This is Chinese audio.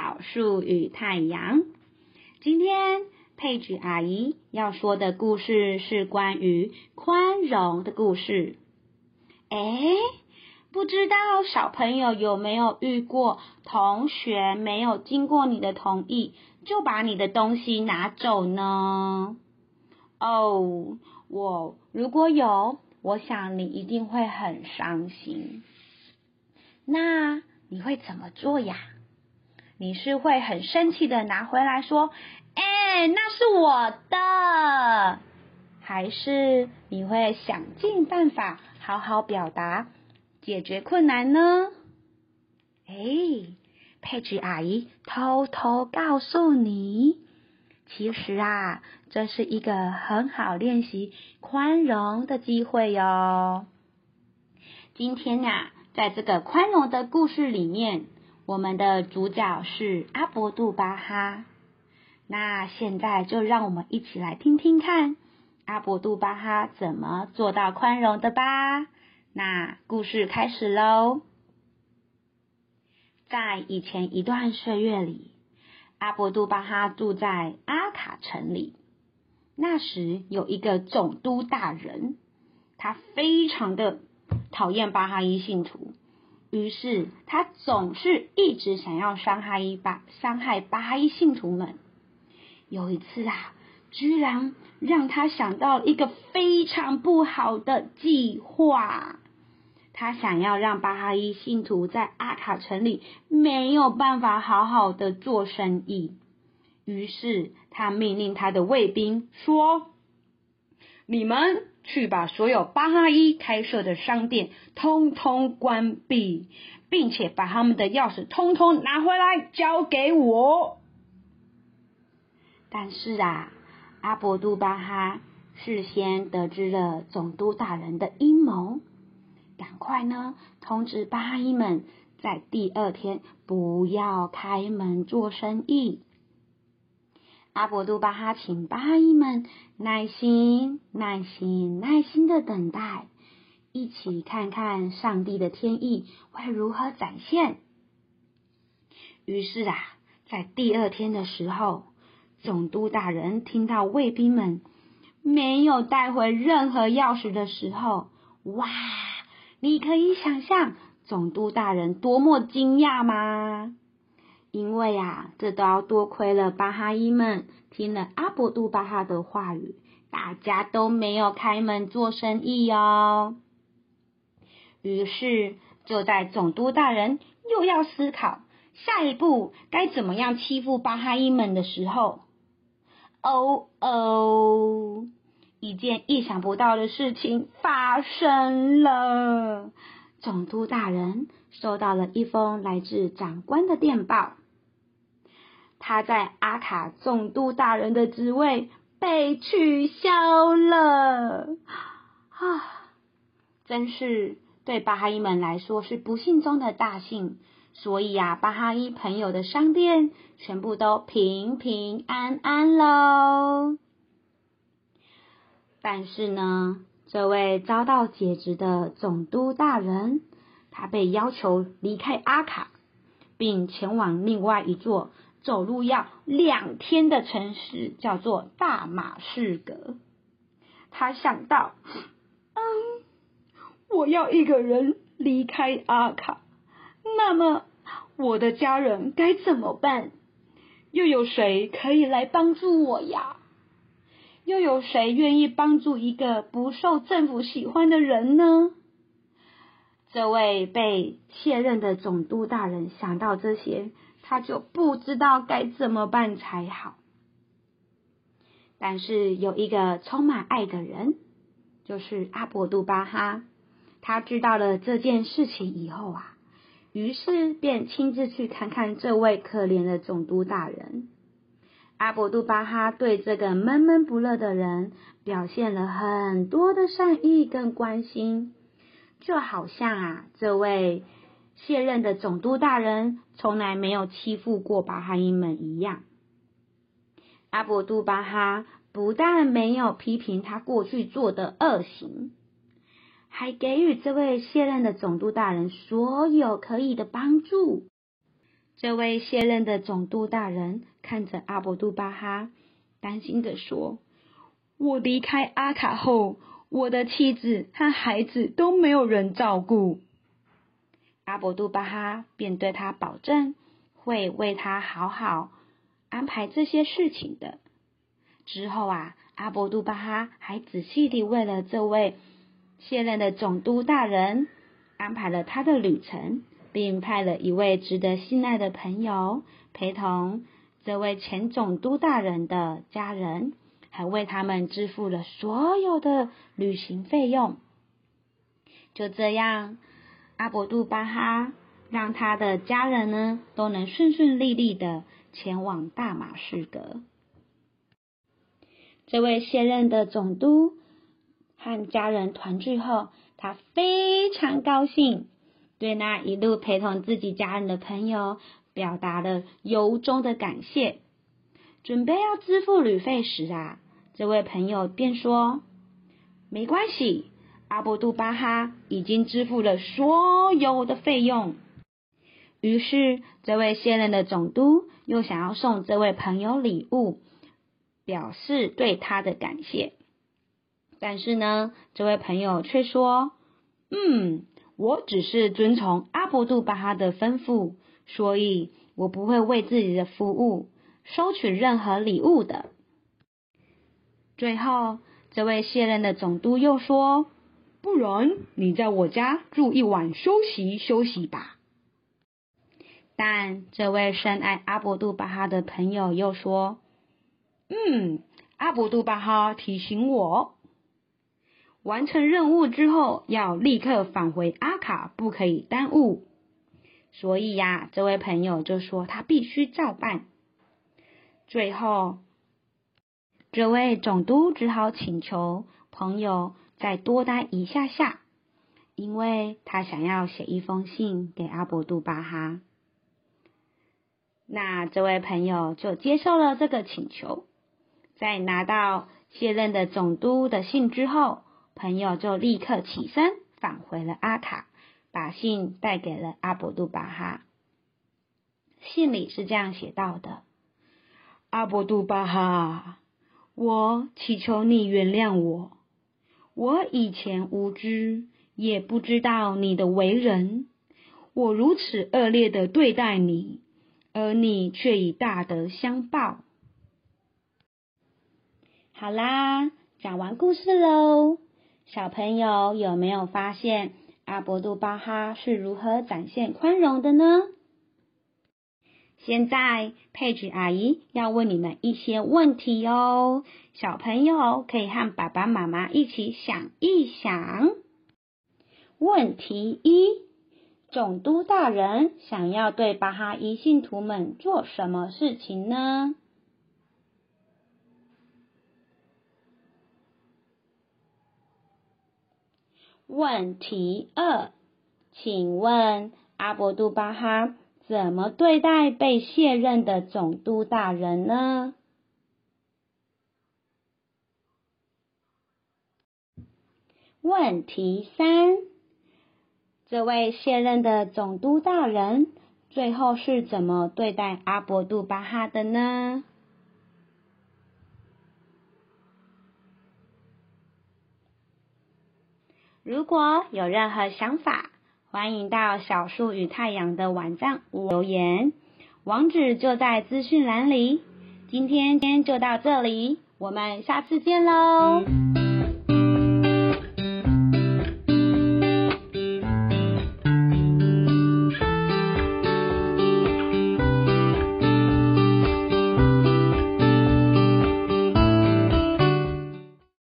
小树与太阳。今天佩芷阿姨要说的故事是关于宽容的故事。不知道小朋友有没有遇过同学没有经过你的同意就把你的东西拿走呢？如果有，我想你一定会很伤心。那你会怎么做呀？你是会很生气的拿回来说，那是我的，还是你会想尽办法好好表达，解决困难呢？佩芷阿姨偷偷告诉你，其实这是一个很好练习宽容的机会哟。今天在这个宽容的故事里面，我们的主角是阿博杜巴哈。那现在就让我们一起来听听看阿博杜巴哈怎么做到宽容的吧。那故事开始咯。在以前一段岁月里，阿博杜巴哈住在阿卡城里。那时有一个总督大人，他非常的讨厌巴哈伊信徒，于是他总是一直想要伤害巴哈伊信徒们。有一次居然让他想到一个非常不好的计划。他想要让巴哈伊信徒在阿卡城里没有办法好好的做生意，于是他命令他的卫兵说，你们去把所有巴哈伊开设的商店通通关闭，并且把他们的钥匙通通拿回来交给我。但是阿博杜巴哈事先得知了总督大人的阴谋，赶快通知巴哈伊们在第二天不要开门做生意。阿博杜巴哈请巴哈伊们耐心的等待，一起看看上帝的天意会如何展现。于是在第二天的时候，总督大人听到卫兵们没有带回任何钥匙的时候，你可以想象总督大人多么惊讶吗？因为这都要多亏了巴哈伊们听了阿博杜巴哈的话语，大家都没有开门做生意哦。于是就在总督大人又要思考下一步该怎么样欺负巴哈伊们的时候，一件意想不到的事情发生了。总督大人收到了一封来自长官的电报，他在阿卡总督大人的职位被取消了。真是对巴哈伊们来说是不幸中的大幸，所以巴哈伊朋友的商店全部都平平安安咯。但是这位遭到解职的总督大人，他被要求离开阿卡，并前往另外一座走路要2天的城市，叫做大马士革。他想到，我要一个人离开阿卡，那么我的家人该怎么办？又有谁可以来帮助我呀？又有谁愿意帮助一个不受政府喜欢的人呢？这位被卸任的总督大人想到这些，他就不知道该怎么办才好。但是有一个充满爱的人，就是阿博杜巴哈，他知道了这件事情以后于是便亲自去看看这位可怜的总督大人。阿博杜巴哈对这个闷闷不乐的人表现了很多的善意跟关心，就好像这位卸任的总督大人从来没有欺负过巴哈伊们一样。阿博杜巴哈不但没有批评他过去做的恶行，还给予这位卸任的总督大人所有可以的帮助。 这位卸任的总督大人看着阿博杜巴哈，担心地说：我离开阿卡后，我的妻子和孩子都没有人照顾。阿博杜巴哈便对他保证，会为他好好安排这些事情的。之后阿博杜巴哈还仔细地为了这位卸任的总督大人安排了他的旅程，并派了一位值得信赖的朋友陪同这位前总督大人的家人，还为他们支付了所有的旅行费用。就这样，阿博杜巴哈让他的家人呢都能顺顺利利的前往大马士革。这位卸任的总督和家人团聚后，他非常高兴，对那一路陪同自己家人的朋友表达了由衷的感谢。准备要支付旅费时这位朋友便说：没关系，阿博杜巴哈已经支付了所有的费用。于是这位卸任的总督又想要送这位朋友礼物，表示对他的感谢。但是呢，这位朋友却说：我只是遵从阿博杜巴哈的吩咐，所以我不会为自己的服务收取任何礼物的。最后，这位卸任的总督又说：不然你在我家住一晚休息休息吧。但这位深爱阿博杜巴哈的朋友又说：阿博杜巴哈提醒我，完成任务之后要立刻返回阿卡，不可以耽误。所以这位朋友就说他必须照办。最后，这位总督只好请求朋友再多待一下下，因为他想要写一封信给阿博杜巴哈。那这位朋友就接受了这个请求。在拿到卸任的总督的信之后，朋友就立刻起身返回了阿卡，把信带给了阿博杜巴哈。信里是这样写到的：阿博杜巴哈，我祈求你原谅我，我以前无知，也不知道你的为人，我如此恶劣的对待你，而你却以大德相报。好啦，讲完故事咯。小朋友有没有发现阿博杜巴哈是如何展现宽容的呢？现在佩芷阿姨要问你们一些问题哦，小朋友可以和爸爸妈妈一起想一想。问题1：总督大人想要对巴哈伊信徒们做什么事情呢？问题2：请问阿博杜巴哈怎么对待被卸任的总督大人呢？问题3：这位卸任的总督大人最后是怎么对待阿博杜巴哈的呢？如果有任何想法，欢迎到小树与太阳的网站留言，网址就在资讯栏里。今天就到这里，我们下次见喽。